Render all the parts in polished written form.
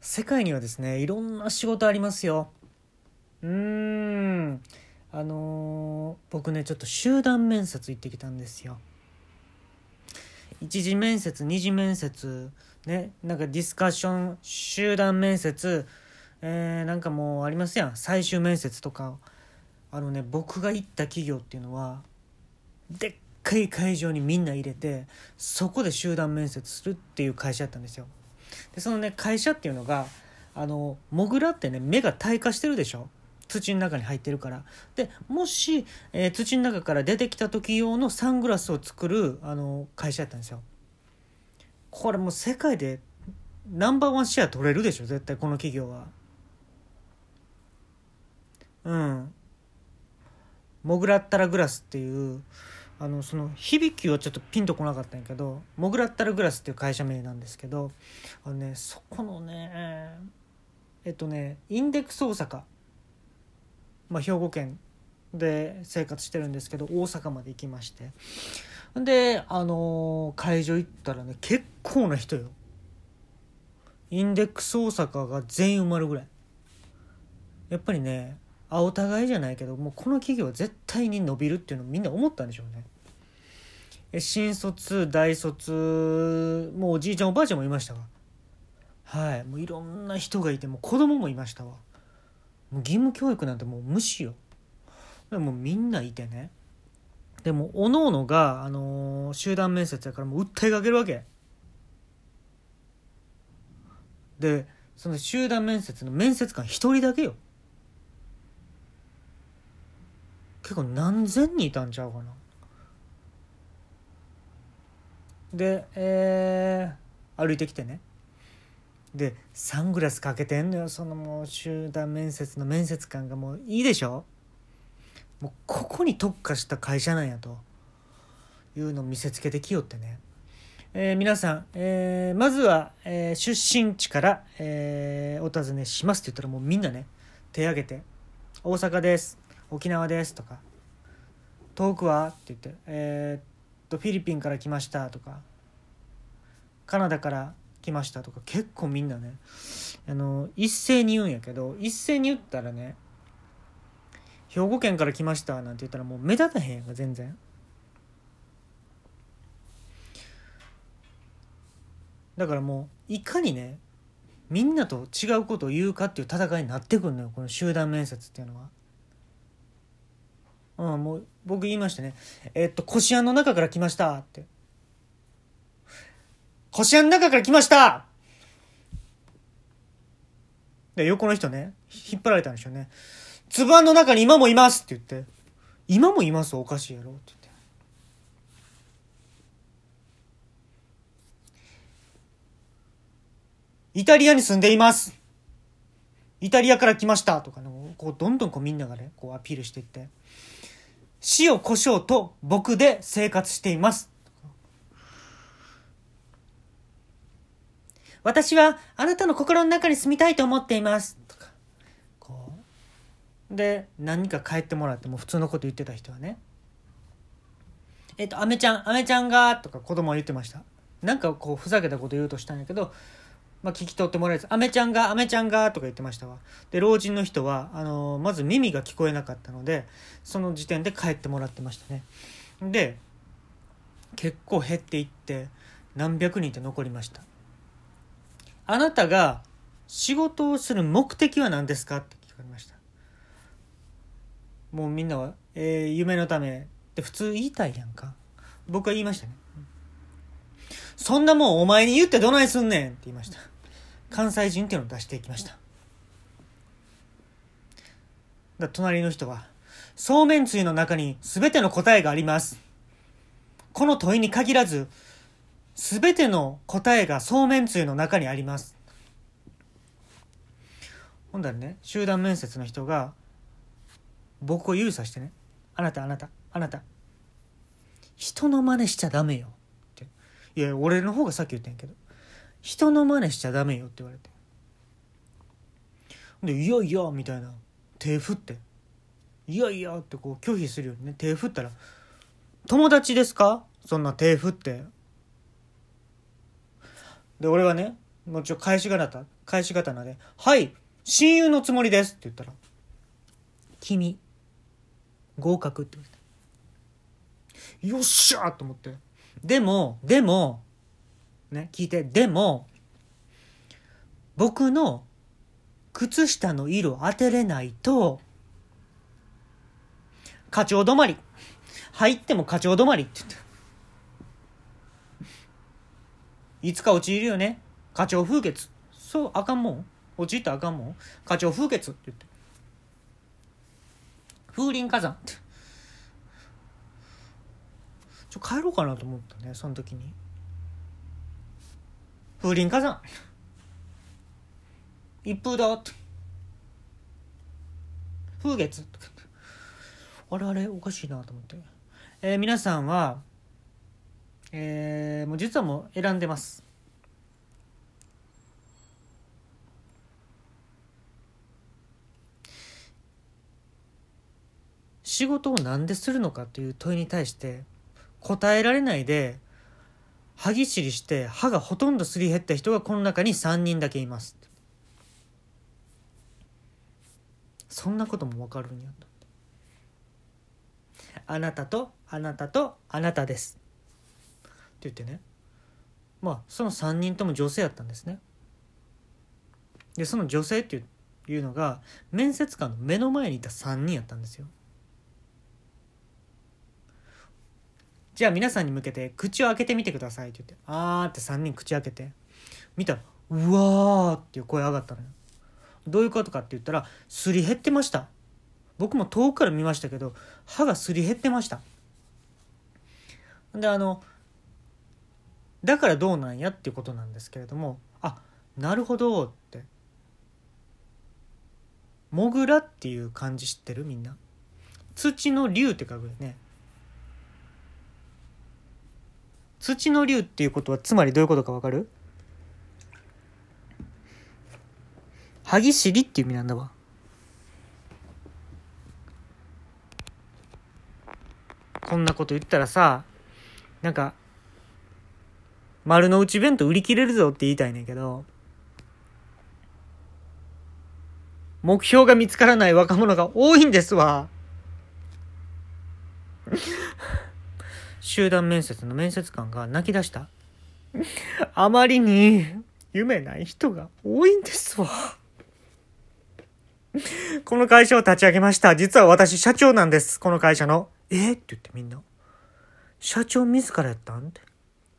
世界にはですね、いろんな仕事ありますよ。僕ね、ちょっと集団面接行ってきたんですよ。一次面接、二次面接、ね、なんかディスカッション、集団面接、なんかもうありますやん。最終面接とか。僕が行った企業っていうのは、でっかい会場にみんな入れて、そこで集団面接するっていう会社だったんですよ。でそのね会社っていうのがモグラってね目が退化してるでしょ、土の中に入ってるから。でもし、土の中から出てきた時用のサングラスを作る会社やったんですよ。これもう世界でナンバーワンシェア取れるでしょ絶対この企業は。モグラったらグラスっていうその響きはちょっとピンとこなかったんやけど、モグラったらグラスっていう会社名なんですけど、そこのねインデックス大阪、兵庫県で生活してるんですけど、大阪まで行きまして、で会場行ったらね結構な人よ。インデックス大阪が全員埋まるぐらい。やっぱりねお互いじゃないけど、もうこの企業は絶対に伸びるっていうのをみんな思ったんでしょうね。新卒大卒、もうおじいちゃんおばあちゃんもいましたわ。はい、もういろんな人がいて、もう子供もいましたわ。もう義務教育なんてもう無視よ。でもみんないてね、でも各々が、集団面接やからもう訴えかけるわけで、その集団面接の面接官一人だけよ。結構何千人いたんちゃうかな。で、歩いてきてね、でサングラスかけてんのよ。そのもう集団面接の面接官がもういいでしょ、もうここに特化した会社なんやというのを見せつけてきよってね。皆さん、まずは、出身地から、お尋ねしますって言ったらもうみんなね手挙げて、大阪です、沖縄ですとか、遠くはって言って、フィリピンから来ましたとか、カナダから来ましたとか、結構みんなね一斉に言うんやけど、一斉に言ったらね、兵庫県から来ましたなんて言ったらもう目立たへんやんか全然。だからもういかにねみんなと違うことを言うかっていう戦いになってくるのよ、この集団面接っていうのは。もう僕言いましたね。こしあんの中から来ましたって。こしあんの中から来ましたで、横の人ね引っ張られたんでしょうね。つぶあんの中に今もいますって言って、今もいますおかしいやろって言って、イタリアに住んでいます、イタリアから来ましたとかのこうどんどんこうみんながねこうアピールしていって、塩コショウと僕で生活しています、私はあなたの心の中に住みたいと思っていますとか、こうで何か帰ってもらっても普通のこと言ってた人はね、アメちゃんがとか子供は言ってました。なんかこうふざけたこと言うとしたんやけど、聞き取ってもらえず、アメちゃんがとか言ってましたわ。で老人の人はまず耳が聞こえなかったので、その時点で帰ってもらってましたね。で結構減っていって何百人って残りました。あなたが仕事をする目的は何ですかって聞かれました。もうみんなは、夢のためって普通言いたいやんか。僕は言いましたね。そんなもんお前に言ってどないすんねんって言いました。関西人っていうのを出していきました。隣の人は、そうめんつゆの中に全ての答えがあります。この問いに限らず全ての答えがそうめんつゆの中にあります。ほんだらね集団面接の人が僕を指さしてね、あなた人の真似しちゃダメよって。いや俺の方がさっき言ったんやけど、人の真似しちゃダメよって言われて、でいやいやみたいな手振って、いやいやってこう拒否するようにね手振ったら、友達ですかそんな手振って。で俺はねもちろん返し刀ではい親友のつもりですって言ったら君合格って言われた。よっしゃーと思って。でもね、聞いて、でも僕の靴下の色当てれないと課長止まり、入っても課長止まりって言って、いつか陥るよね課長風穴。そうあかんもん、陥ったらあかんもん、課長風穴って言って、風林火山って帰ろうかなと思ったね、その時に。風林火山一風だって風月とかあれおかしいなと思って、皆さんは、もう実はもう選んでます。仕事をなんでするのかという問いに対して答えられないで歯ぎしりして歯がほとんどすり減った人がこの中に3人だけいます。そんなことも分かるんやと。あなたとあなたとあなたですって言ってね、まあその3人とも女性やったんですね。でその女性っていうのが面接官の目の前にいた3人やったんですよ。じゃあ皆さんに向けて口を開けてみてくださいって言って、あーって3人口開けて見たら、うわーっていう声上がったのよ。どういうことかって言ったら、すり減ってました。僕も遠くから見ましたけど歯がすり減ってました。でだからどうなんやっていうことなんですけれども、あ、なるほどって。モグラっていう漢字知ってる？みんな。土の竜って書くよね。土の竜っていうことはつまりどういうことかわかる？歯ぎしりっていう意味なんだわ。こんなこと言ったらさ、なんか丸の内弁当売り切れるぞって言いたいねんけど、目標が見つからない若者が多いんですわ。集団面接の面接官が泣き出した。あまりに夢ない人が多いんですわ。この会社を立ち上げました。実は私社長なんです。この会社の。って言ってみんな。社長自らやったんって。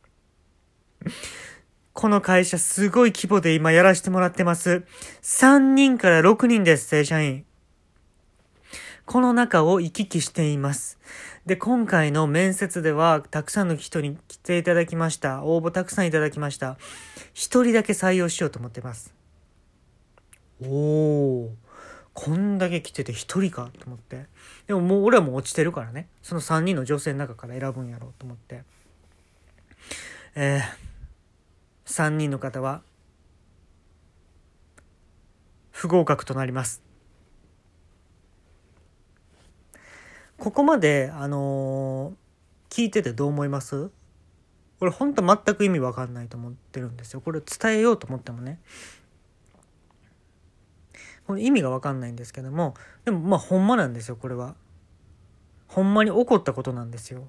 この会社すごい規模で今やらせてもらってます。3人から6人です、正社員。この中を行き来しています。で、今回の面接ではたくさんの人に来ていただきました。応募たくさんいただきました。一人だけ採用しようと思ってます。こんだけ来てて一人かと思って。でももう俺はもう落ちてるからね。その3人の女性の中から選ぶんやろうと思って。3人の方は不合格となります。ここまで聞いててどう思います？これ本当全く意味わかんないと思ってるんですよ。これ伝えようと思ってもね、これ意味がわかんないんですけども、でもまあほんまなんですよ。これはほんまに起こったことなんですよ。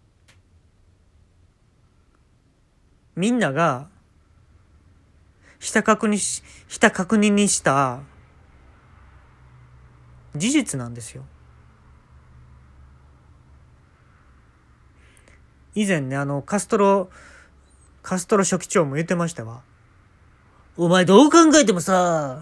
みんながひた確認にした事実なんですよ。以前ね、カストロ書記長も言ってましたわ。お前どう考えてもさ、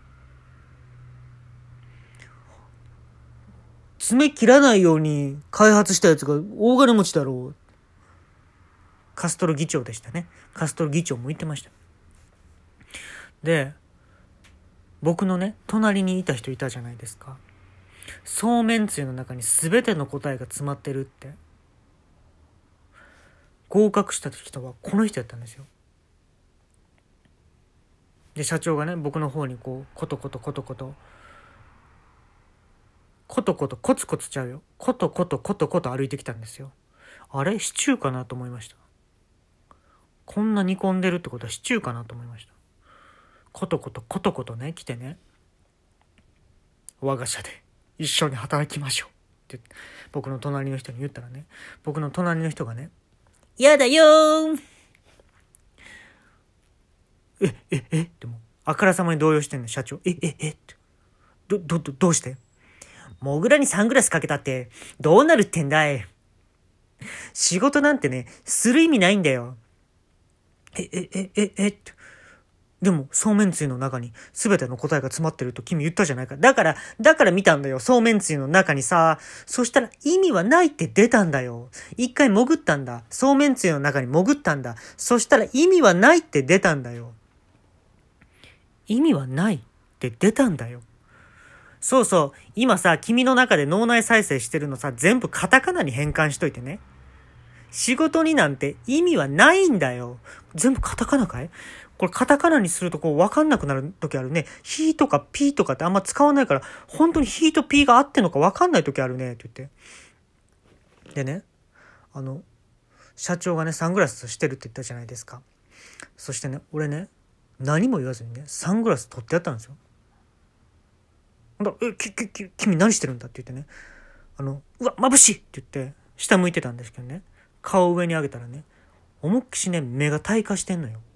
爪切らないように開発したやつが大金持ちだろう。カストロ議長でしたね。カストロ議長も言ってました。で、僕のね、隣にいた人いたじゃないですか。そうめんつゆの中に全ての答えが詰まってるって。合格した人はこの人やったんですよ。で、社長がね、僕の方にこう、コトコトコツコツちゃうよ。コトコト歩いてきたんですよ。あれシチューかなと思いました。こんな煮込んでるってことはシチューかなと思いました。 ことことことことね来てね、我が社で一緒に働きましょうって僕の隣の人に言ったらね、僕の隣の人がね、やだよー、ってもうあからさまに動揺してんの社長。ってどうして？モグラにサングラスかけたってどうなるってんだい。仕事なんてねする意味ないんだよ。でもそうめんつゆの中に全ての答えが詰まってると君言ったじゃないか。だから見たんだよ、そうめんつゆの中にさ。そしたら意味はないって出たんだよ。一回潜ったんだ。そうめんつゆの中に潜ったんだ。そしたら意味はないって出たんだよ。意味はないって出たんだよ。そうそう、今さ、君の中で脳内再生してるのさ、全部カタカナに変換しといてね。仕事になんて意味はないんだよ。全部カタカナかい？これカタカナにするとこう分かんなくなる時あるね。ヒとかピとかってあんま使わないから、本当にヒとピが合ってんのか分かんない時あるねって言って。でね、社長がね、サングラスしてるって言ったじゃないですか。そしてね、俺ね、何も言わずにね、サングラス取ってやったんですよ。君何してるんだって言ってね、うわ、眩しいって言って、下向いてたんですけどね、顔を上に上げたらね、思いっきしね、目が退化してんのよ。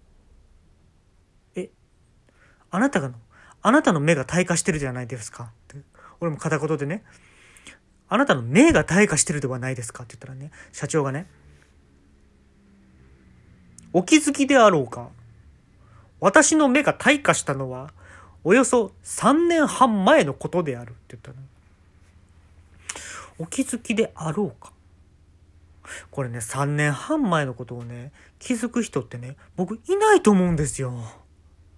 あなたの目が退化してるじゃないですかって。俺も片言でね、あなたの目が退化してるではないですかって言ったらね、社長がね、お気づきであろうか。私の目が退化したのは、およそ3年半前のことであるって言ったの。お気づきであろうか。これね、3年半前のことをね、気づく人ってね、僕いないと思うんですよ。